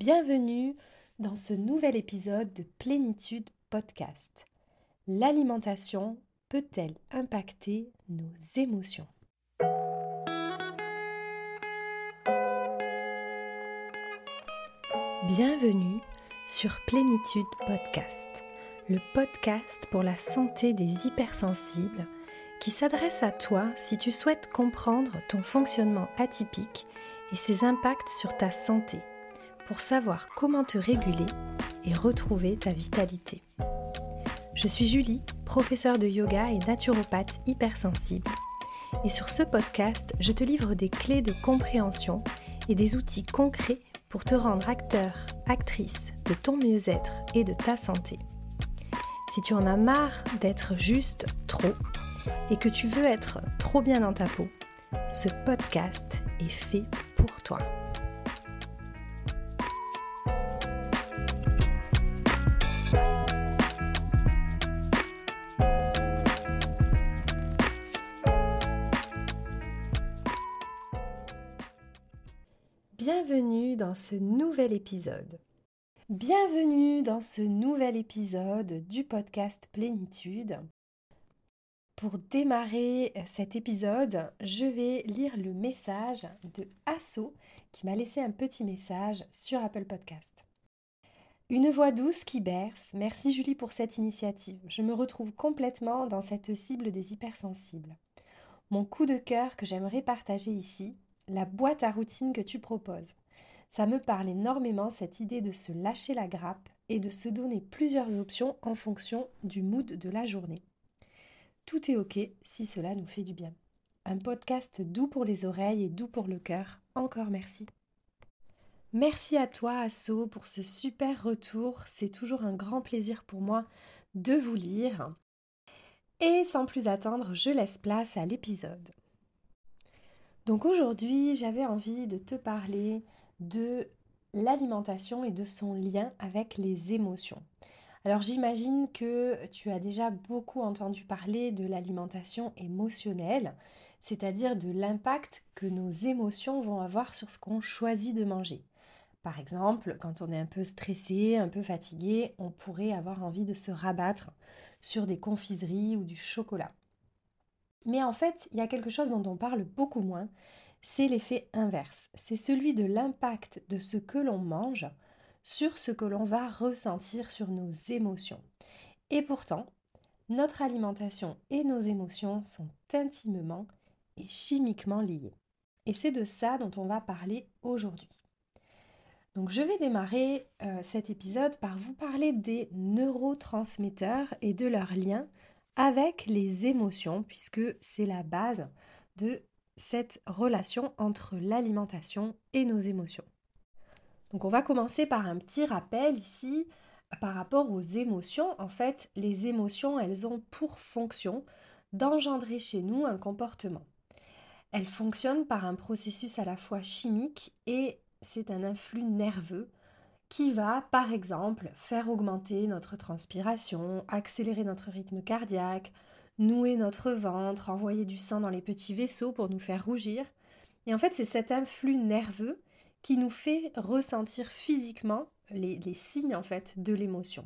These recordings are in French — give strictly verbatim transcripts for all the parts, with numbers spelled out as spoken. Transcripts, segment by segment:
Bienvenue dans ce nouvel épisode de Plénitude Podcast. L'alimentation peut-elle impacter nos émotions ? Bienvenue sur Plénitude Podcast, le podcast pour la santé des hypersensibles qui s'adresse à toi si tu souhaites comprendre ton fonctionnement atypique et ses impacts sur ta santé, pour savoir comment te réguler et retrouver ta vitalité. Je suis Julie, professeure de yoga et naturopathe hypersensible. Et sur ce podcast, je te livre des clés de compréhension et des outils concrets pour te rendre acteur, actrice de ton mieux-être et de ta santé. Si tu en as marre d'être juste trop et que tu veux être trop bien dans ta peau, ce podcast est fait pour toi. Bienvenue dans ce nouvel épisode. Bienvenue dans ce nouvel épisode du podcast Plénitude. Pour démarrer cet épisode, je vais lire le message de Asso qui m'a laissé un petit message sur Apple Podcast. Une voix douce qui berce, merci Julie pour cette initiative. Je me retrouve complètement dans cette cible des hypersensibles. Mon coup de cœur que j'aimerais partager ici, la boîte à routine que tu proposes. Ça me parle énormément cette idée de se lâcher la grappe et de se donner plusieurs options en fonction du mood de la journée. Tout est ok si cela nous fait du bien. Un podcast doux pour les oreilles et doux pour le cœur. Encore merci. Merci à toi Asso pour ce super retour. C'est toujours un grand plaisir pour moi de vous lire. Et sans plus attendre, je laisse place à l'épisode. Donc aujourd'hui, j'avais envie de te parler de l'alimentation et de son lien avec les émotions. Alors j'imagine que tu as déjà beaucoup entendu parler de l'alimentation émotionnelle, c'est-à-dire de l'impact que nos émotions vont avoir sur ce qu'on choisit de manger. Par exemple, quand on est un peu stressé, un peu fatigué, on pourrait avoir envie de se rabattre sur des confiseries ou du chocolat. Mais en fait, il y a quelque chose dont on parle beaucoup moins, c'est l'effet inverse. C'est celui de l'impact de ce que l'on mange sur ce que l'on va ressentir sur nos émotions. Et pourtant, notre alimentation et nos émotions sont intimement et chimiquement liées. Et c'est de ça dont on va parler aujourd'hui. Donc je vais démarrer euh, cet épisode par vous parler des neurotransmetteurs et de leur lien avec les émotions, puisque c'est la base de cette relation entre l'alimentation et nos émotions. Donc on va commencer par un petit rappel ici par rapport aux émotions. En fait, les émotions, elles ont pour fonction d'engendrer chez nous un comportement. Elles fonctionnent par un processus à la fois chimique et c'est un influx nerveux qui va, par exemple, faire augmenter notre transpiration, accélérer notre rythme cardiaque, nouer notre ventre, envoyer du sang dans les petits vaisseaux pour nous faire rougir. Et en fait, c'est cet influx nerveux qui nous fait ressentir physiquement les, les signes en fait de l'émotion.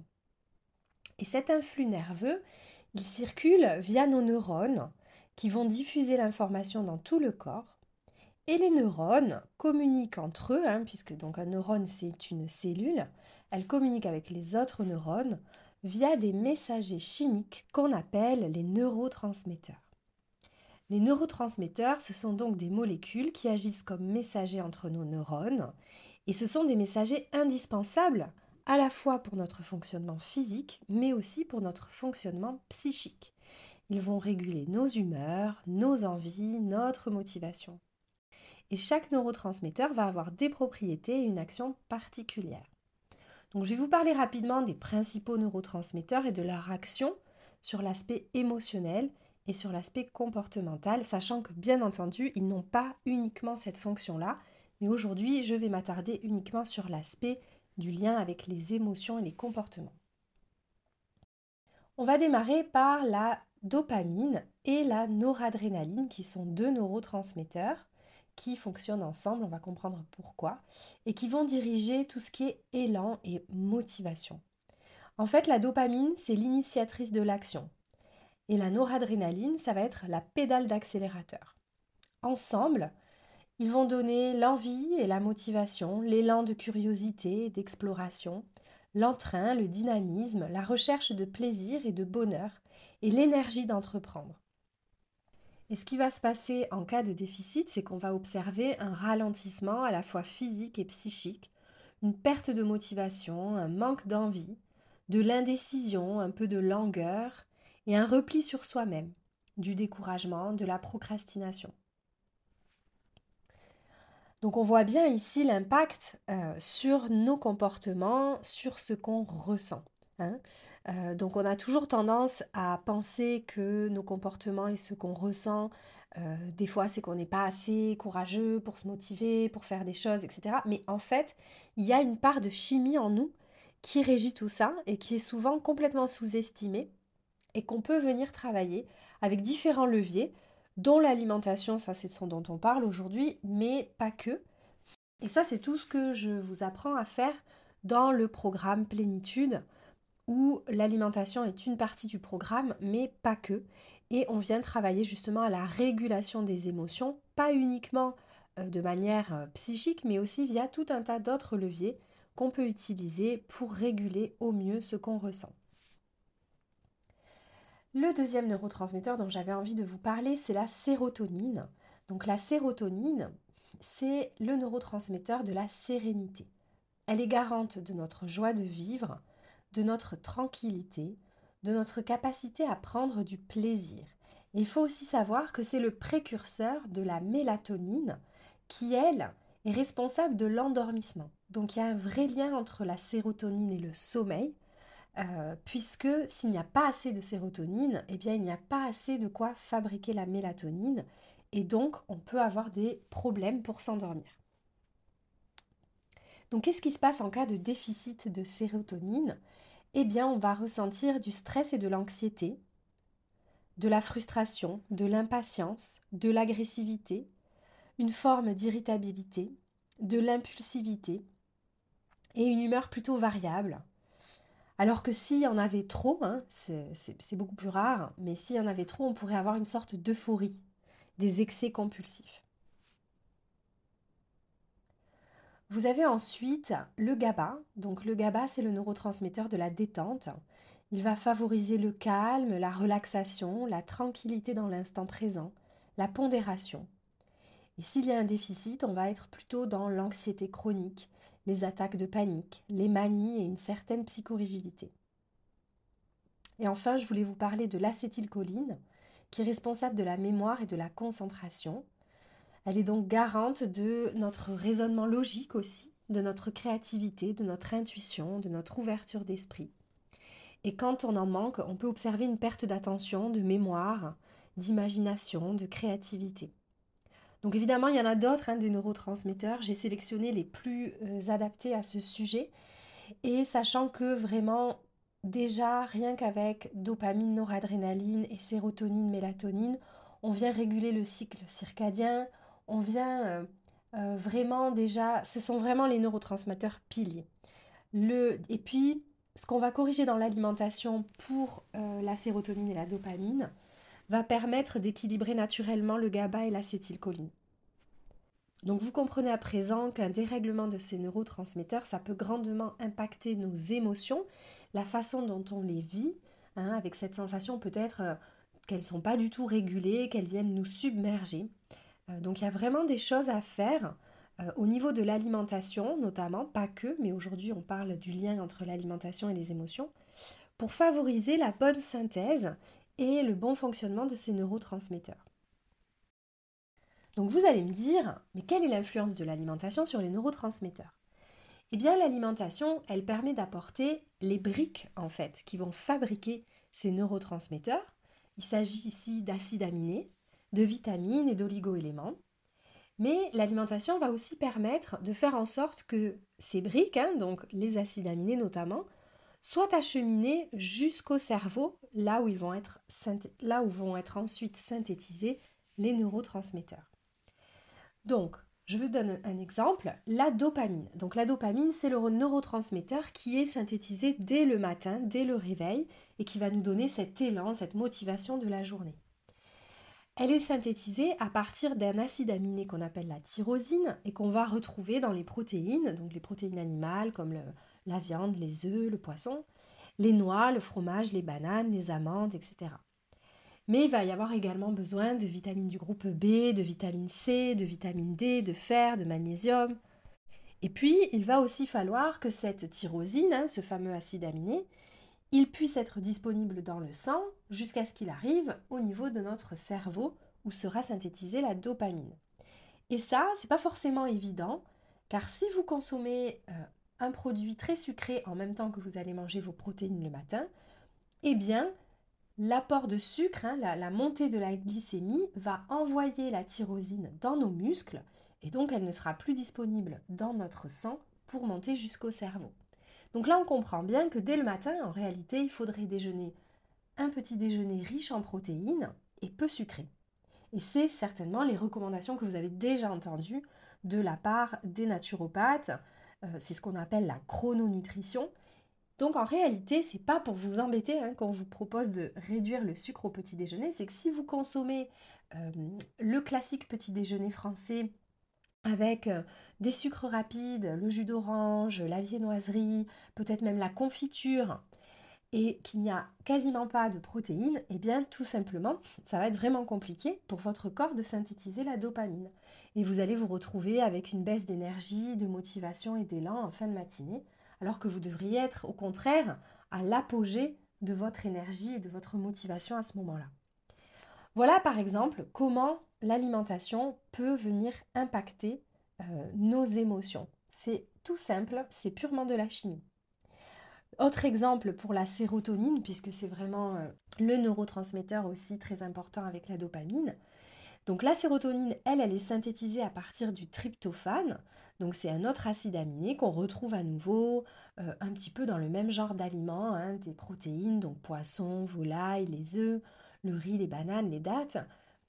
Et cet influx nerveux, il circule via nos neurones qui vont diffuser l'information dans tout le corps. Et les neurones communiquent entre eux, hein, puisque donc un neurone c'est une cellule, elles communiquent avec les autres neurones via des messagers chimiques qu'on appelle les neurotransmetteurs. Les neurotransmetteurs, ce sont donc des molécules qui agissent comme messagers entre nos neurones et ce sont des messagers indispensables à la fois pour notre fonctionnement physique mais aussi pour notre fonctionnement psychique. Ils vont réguler nos humeurs, nos envies, notre motivation. Et chaque neurotransmetteur va avoir des propriétés et une action particulière. Donc je vais vous parler rapidement des principaux neurotransmetteurs et de leur action sur l'aspect émotionnel et sur l'aspect comportemental, sachant que bien entendu, ils n'ont pas uniquement cette fonction-là, mais aujourd'hui, je vais m'attarder uniquement sur l'aspect du lien avec les émotions et les comportements. On va démarrer par la dopamine et la noradrénaline, qui sont deux neurotransmetteurs qui fonctionnent ensemble, on va comprendre pourquoi, et qui vont diriger tout ce qui est élan et motivation. En fait, la dopamine, c'est l'initiatrice de l'action. Et la noradrénaline, ça va être la pédale d'accélérateur. Ensemble, ils vont donner l'envie et la motivation, l'élan de curiosité, d'exploration, l'entrain, le dynamisme, la recherche de plaisir et de bonheur, et l'énergie d'entreprendre. Et ce qui va se passer en cas de déficit, c'est qu'on va observer un ralentissement à la fois physique et psychique, une perte de motivation, un manque d'envie, de l'indécision, un peu de langueur et un repli sur soi-même, du découragement, de la procrastination. Donc on voit bien ici l'impact euh, sur nos comportements, sur ce qu'on ressent. Hein. Euh, donc on a toujours tendance à penser que nos comportements et ce qu'on ressent, euh, des fois c'est qu'on n'est pas assez courageux pour se motiver, pour faire des choses, et cetera. Mais en fait, il y a une part de chimie en nous qui régit tout ça et qui est souvent complètement sous-estimée et qu'on peut venir travailler avec différents leviers, dont l'alimentation, ça c'est ce dont on parle aujourd'hui, mais pas que. Et ça c'est tout ce que je vous apprends à faire dans le programme Plénitude, où l'alimentation est une partie du programme, mais pas que. Et on vient travailler justement à la régulation des émotions, pas uniquement de manière psychique, mais aussi via tout un tas d'autres leviers qu'on peut utiliser pour réguler au mieux ce qu'on ressent. Le deuxième neurotransmetteur dont j'avais envie de vous parler, c'est la sérotonine. Donc la sérotonine, c'est le neurotransmetteur de la sérénité. Elle est garante de notre joie de vivre, de notre tranquillité, de notre capacité à prendre du plaisir. Et il faut aussi savoir que c'est le précurseur de la mélatonine qui, elle, est responsable de l'endormissement. Donc il y a un vrai lien entre la sérotonine et le sommeil, euh, puisque s'il n'y a pas assez de sérotonine, eh bien il n'y a pas assez de quoi fabriquer la mélatonine, et donc on peut avoir des problèmes pour s'endormir. Donc qu'est-ce qui se passe en cas de déficit de sérotonine ? Eh bien, on va ressentir du stress et de l'anxiété, de la frustration, de l'impatience, de l'agressivité, une forme d'irritabilité, de l'impulsivité et une humeur plutôt variable. Alors que s'il y en avait trop, hein, c'est, c'est, c'est beaucoup plus rare, mais s'il y en avait trop, on pourrait avoir une sorte d'euphorie, des excès compulsifs. Vous avez ensuite le GABA. Donc le GABA, c'est le neurotransmetteur de la détente. Il va favoriser le calme, la relaxation, la tranquillité dans l'instant présent, la pondération. Et s'il y a un déficit, on va être plutôt dans l'anxiété chronique, les attaques de panique, les manies et une certaine psychorigidité. Et enfin, je voulais vous parler de l'acétylcholine, qui est responsable de la mémoire et de la concentration. Elle est donc garante de notre raisonnement logique aussi, de notre créativité, de notre intuition, de notre ouverture d'esprit. Et quand on en manque, on peut observer une perte d'attention, de mémoire, d'imagination, de créativité. Donc évidemment, il y en a d'autres, hein, des neurotransmetteurs. J'ai sélectionné les plus euh, adaptés à ce sujet. Et sachant que vraiment, déjà, rien qu'avec dopamine, noradrénaline et sérotonine, mélatonine, on vient réguler le cycle circadien, on vient euh, euh, vraiment déjà, ce sont vraiment les neurotransmetteurs piliers. Le, et puis, ce qu'on va corriger dans l'alimentation pour euh, la sérotonine et la dopamine va permettre d'équilibrer naturellement le GABA et l'acétylcholine. Donc vous comprenez à présent qu'un dérèglement de ces neurotransmetteurs, ça peut grandement impacter nos émotions, la façon dont on les vit, hein, avec cette sensation peut-être euh, qu'elles ne sont pas du tout régulées, qu'elles viennent nous submerger. Euh, donc il y a vraiment des choses à faire euh, au niveau de l'alimentation, notamment, pas que, mais aujourd'hui on parle du lien entre l'alimentation et les émotions, pour favoriser la bonne synthèse et le bon fonctionnement de ces neurotransmetteurs. Donc vous allez me dire, mais quelle est l'influence de l'alimentation sur les neurotransmetteurs ? Eh bien l'alimentation, elle permet d'apporter les briques en fait qui vont fabriquer ces neurotransmetteurs. Il s'agit ici d'acides aminés, de vitamines et d'oligo-éléments. Mais l'alimentation va aussi permettre de faire en sorte que ces briques, hein, donc les acides aminés notamment, soient acheminés jusqu'au cerveau, là où ils vont être, synth- là où vont être ensuite synthétisés les neurotransmetteurs. Donc, je vous donne un exemple, la dopamine. Donc la dopamine, c'est le neurotransmetteur qui est synthétisé dès le matin, dès le réveil, et qui va nous donner cet élan, cette motivation de la journée. Elle est synthétisée à partir d'un acide aminé qu'on appelle la tyrosine et qu'on va retrouver dans les protéines, donc les protéines animales comme le, la viande, les œufs, le poisson, les noix, le fromage, les bananes, les amandes, et cetera. Mais il va y avoir également besoin de vitamines du groupe B, de vitamine C, de vitamine D, de fer, de magnésium. Et puis, il va aussi falloir que cette tyrosine, hein, ce fameux acide aminé, il puisse être disponible dans le sang jusqu'à ce qu'il arrive au niveau de notre cerveau où sera synthétisée la dopamine. Et ça, c'est pas forcément évident, car si vous consommez euh, un produit très sucré en même temps que vous allez manger vos protéines le matin, eh bien, l'apport de sucre, hein, la, la montée de la glycémie, va envoyer la tyrosine dans nos muscles, et donc elle ne sera plus disponible dans notre sang pour monter jusqu'au cerveau. Donc là, on comprend bien que dès le matin, en réalité, il faudrait déjeuner un petit déjeuner riche en protéines et peu sucré. Et c'est certainement les recommandations que vous avez déjà entendues de la part des naturopathes. Euh, c'est ce qu'on appelle la chrononutrition. Donc en réalité, c'est pas pour vous embêter hein, qu'on vous propose de réduire le sucre au petit déjeuner. C'est que si vous consommez euh, le classique petit déjeuner français avec des sucres rapides, le jus d'orange, la viennoiserie, peut-être même la confiture, et qu'il n'y a quasiment pas de protéines, eh bien tout simplement, ça va être vraiment compliqué pour votre corps de synthétiser la dopamine. Et vous allez vous retrouver avec une baisse d'énergie, de motivation et d'élan en fin de matinée, alors que vous devriez être au contraire à l'apogée de votre énergie et de votre motivation à ce moment-là. Voilà par exemple comment l'alimentation peut venir impacter euh, nos émotions. C'est tout simple, c'est purement de la chimie. Autre exemple pour la sérotonine, puisque c'est vraiment euh, le neurotransmetteur aussi très important avec la dopamine. Donc la sérotonine, elle, elle est synthétisée à partir du tryptophane. Donc c'est un autre acide aminé qu'on retrouve à nouveau euh, un petit peu dans le même genre d'aliments, hein, des protéines, donc poisson, volaille, les œufs, le riz, les bananes, les dattes.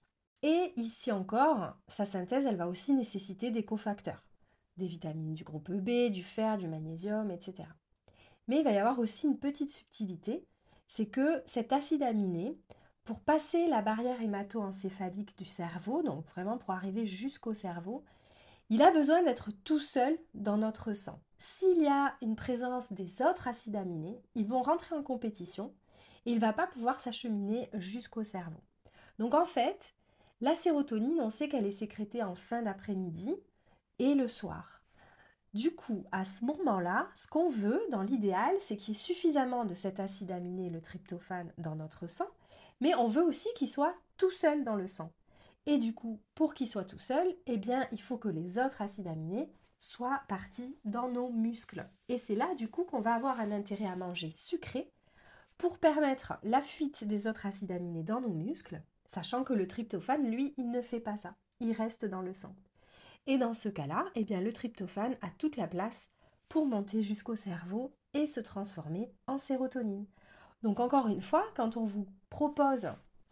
Et ici encore, sa synthèse, elle va aussi nécessiter des cofacteurs, des vitamines du groupe B, du fer, du magnésium, et cetera. Mais il va y avoir aussi une petite subtilité, c'est que cet acide aminé, pour passer la barrière hémato-encéphalique du cerveau, donc vraiment pour arriver jusqu'au cerveau, il a besoin d'être tout seul dans notre sang. S'il y a une présence des autres acides aminés, ils vont rentrer en compétition et il ne va pas pouvoir s'acheminer jusqu'au cerveau. Donc en fait, la sérotonine, on sait qu'elle est sécrétée en fin d'après-midi et le soir. Du coup, à ce moment-là, ce qu'on veut dans l'idéal, c'est qu'il y ait suffisamment de cet acide aminé, le tryptophane, dans notre sang, mais on veut aussi qu'il soit tout seul dans le sang. Et du coup, pour qu'il soit tout seul, eh bien, il faut que les autres acides aminés soient partis dans nos muscles. Et c'est là, du coup, qu'on va avoir un intérêt à manger sucré pour permettre la fuite des autres acides aminés dans nos muscles, sachant que le tryptophane, lui, il ne fait pas ça. Il reste dans le sang. Et dans ce cas-là, eh bien, le tryptophane a toute la place pour monter jusqu'au cerveau et se transformer en sérotonine. Donc encore une fois, quand on vous propose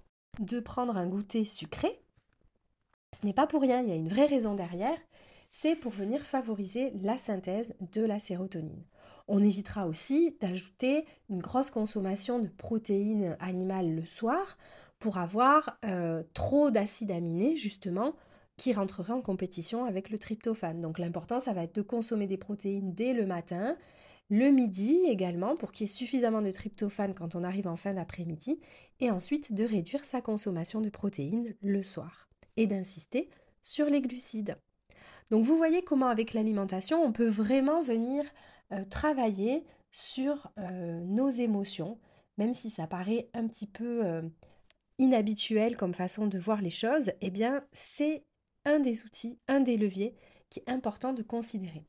de prendre un goûter sucré, ce n'est pas pour rien, il y a une vraie raison derrière, c'est pour venir favoriser la synthèse de la sérotonine. On évitera aussi d'ajouter une grosse consommation de protéines animales le soir pour avoir euh, trop d'acides aminés justement qui rentreraient en compétition avec le tryptophane. Donc l'important, ça va être de consommer des protéines dès le matin, le midi également pour qu'il y ait suffisamment de tryptophane quand on arrive en fin d'après-midi et ensuite de réduire sa consommation de protéines le soir et d'insister sur les glucides. Donc vous voyez comment avec l'alimentation, on peut vraiment venir euh, travailler sur euh, nos émotions, même si ça paraît un petit peu euh, inhabituel comme façon de voir les choses, eh bien c'est un des outils, un des leviers qui est important de considérer.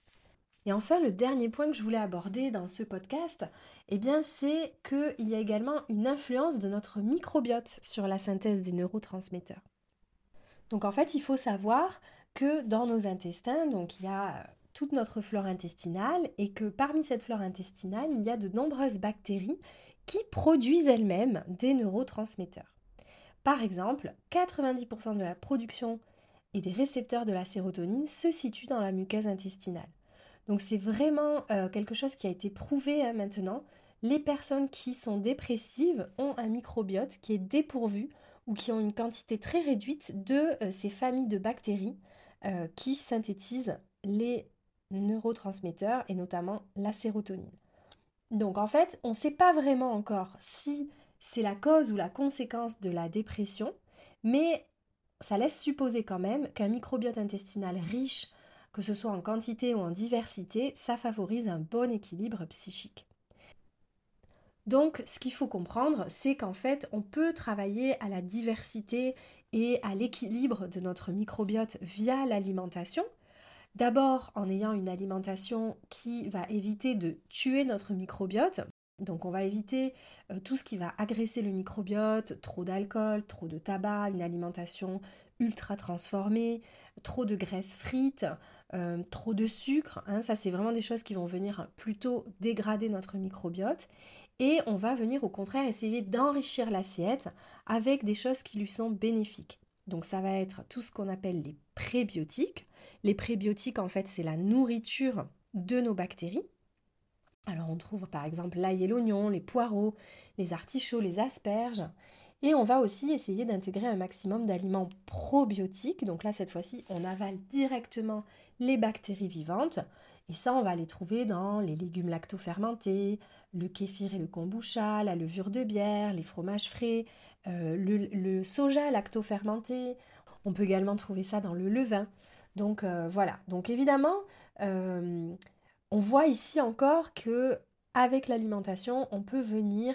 Et enfin, le dernier point que je voulais aborder dans ce podcast, eh bien, c'est qu'il y a également une influence de notre microbiote sur la synthèse des neurotransmetteurs. Donc en fait, il faut savoir que dans nos intestins, donc il y a toute notre flore intestinale et que parmi cette flore intestinale, il y a de nombreuses bactéries qui produisent elles-mêmes des neurotransmetteurs. Par exemple, quatre-vingt-dix pour cent de la production et des récepteurs de la sérotonine se situent dans la muqueuse intestinale. Donc c'est vraiment euh, quelque chose qui a été prouvé hein, maintenant. Les personnes qui sont dépressives ont un microbiote qui est dépourvu ou qui ont une quantité très réduite de euh, ces familles de bactéries euh, qui synthétisent les neurotransmetteurs et notamment la sérotonine. Donc en fait, on ne sait pas vraiment encore si c'est la cause ou la conséquence de la dépression, mais ça laisse supposer quand même qu'un microbiote intestinal riche, que ce soit en quantité ou en diversité, ça favorise un bon équilibre psychique. Donc, ce qu'il faut comprendre, c'est qu'en fait, on peut travailler à la diversité et à l'équilibre de notre microbiote via l'alimentation. D'abord, en ayant une alimentation qui va éviter de tuer notre microbiote. Donc, on va éviter euh, tout ce qui va agresser le microbiote, trop d'alcool, trop de tabac, une alimentation ultra transformée, trop de graisses frites, euh, trop de sucre. Hein, ça, c'est vraiment des choses qui vont venir plutôt dégrader notre microbiote. Et on va venir au contraire essayer d'enrichir l'assiette avec des choses qui lui sont bénéfiques. Donc ça va être tout ce qu'on appelle les prébiotiques. Les prébiotiques, en fait, c'est la nourriture de nos bactéries. Alors on trouve par exemple l'ail et l'oignon, les poireaux, les artichauts, les asperges. Et on va aussi essayer d'intégrer un maximum d'aliments probiotiques. Donc là, cette fois-ci, on avale directement les bactéries vivantes. Et ça, on va les trouver dans les légumes lactofermentés, le kéfir et le kombucha, la levure de bière, les fromages frais, euh, le, le soja lactofermenté. On peut également trouver ça dans le levain. Donc euh, voilà. Donc évidemment, euh, on voit ici encore que avec l'alimentation, on peut venir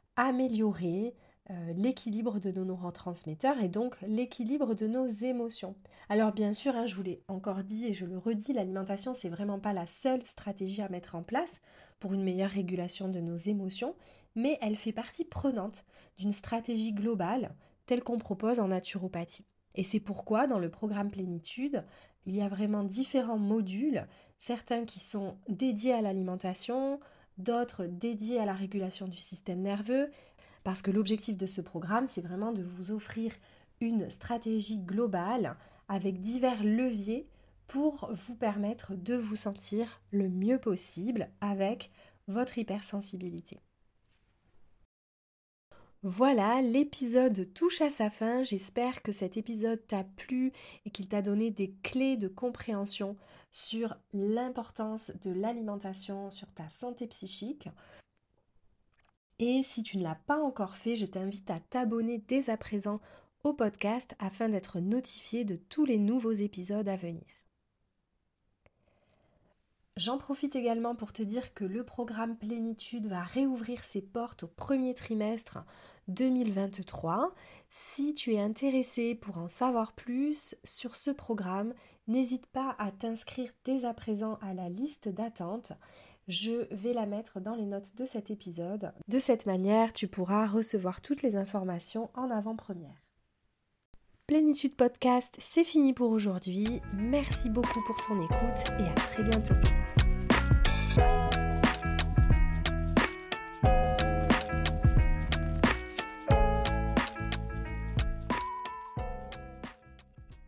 améliorer euh, l'équilibre de nos neurotransmetteurs et donc l'équilibre de nos émotions. Alors bien sûr, hein, je vous l'ai encore dit et je le redis, l'alimentation, c'est vraiment pas la seule stratégie à mettre en place pour une meilleure régulation de nos émotions, mais elle fait partie prenante d'une stratégie globale telle qu'on propose en naturopathie. Et c'est pourquoi dans le programme Plénitude, il y a vraiment différents modules, certains qui sont dédiés à l'alimentation, d'autres dédiés à la régulation du système nerveux, parce que l'objectif de ce programme, c'est vraiment de vous offrir une stratégie globale avec divers leviers pour vous permettre de vous sentir le mieux possible avec votre hypersensibilité. Voilà, l'épisode touche à sa fin. J'espère que cet épisode t'a plu et qu'il t'a donné des clés de compréhension sur l'importance de l'alimentation sur ta santé psychique. Et si tu ne l'as pas encore fait, je t'invite à t'abonner dès à présent au podcast afin d'être notifié de tous les nouveaux épisodes à venir. J'en profite également pour te dire que le programme Plénitude va réouvrir ses portes au premier trimestre deux mille vingt-trois. Si tu es intéressé pour en savoir plus sur ce programme, n'hésite pas à t'inscrire dès à présent à la liste d'attente. Je vais la mettre dans les notes de cet épisode. De cette manière, tu pourras recevoir toutes les informations en avant-première. Plénitude Podcast, c'est fini pour aujourd'hui. Merci beaucoup pour ton écoute et à très bientôt.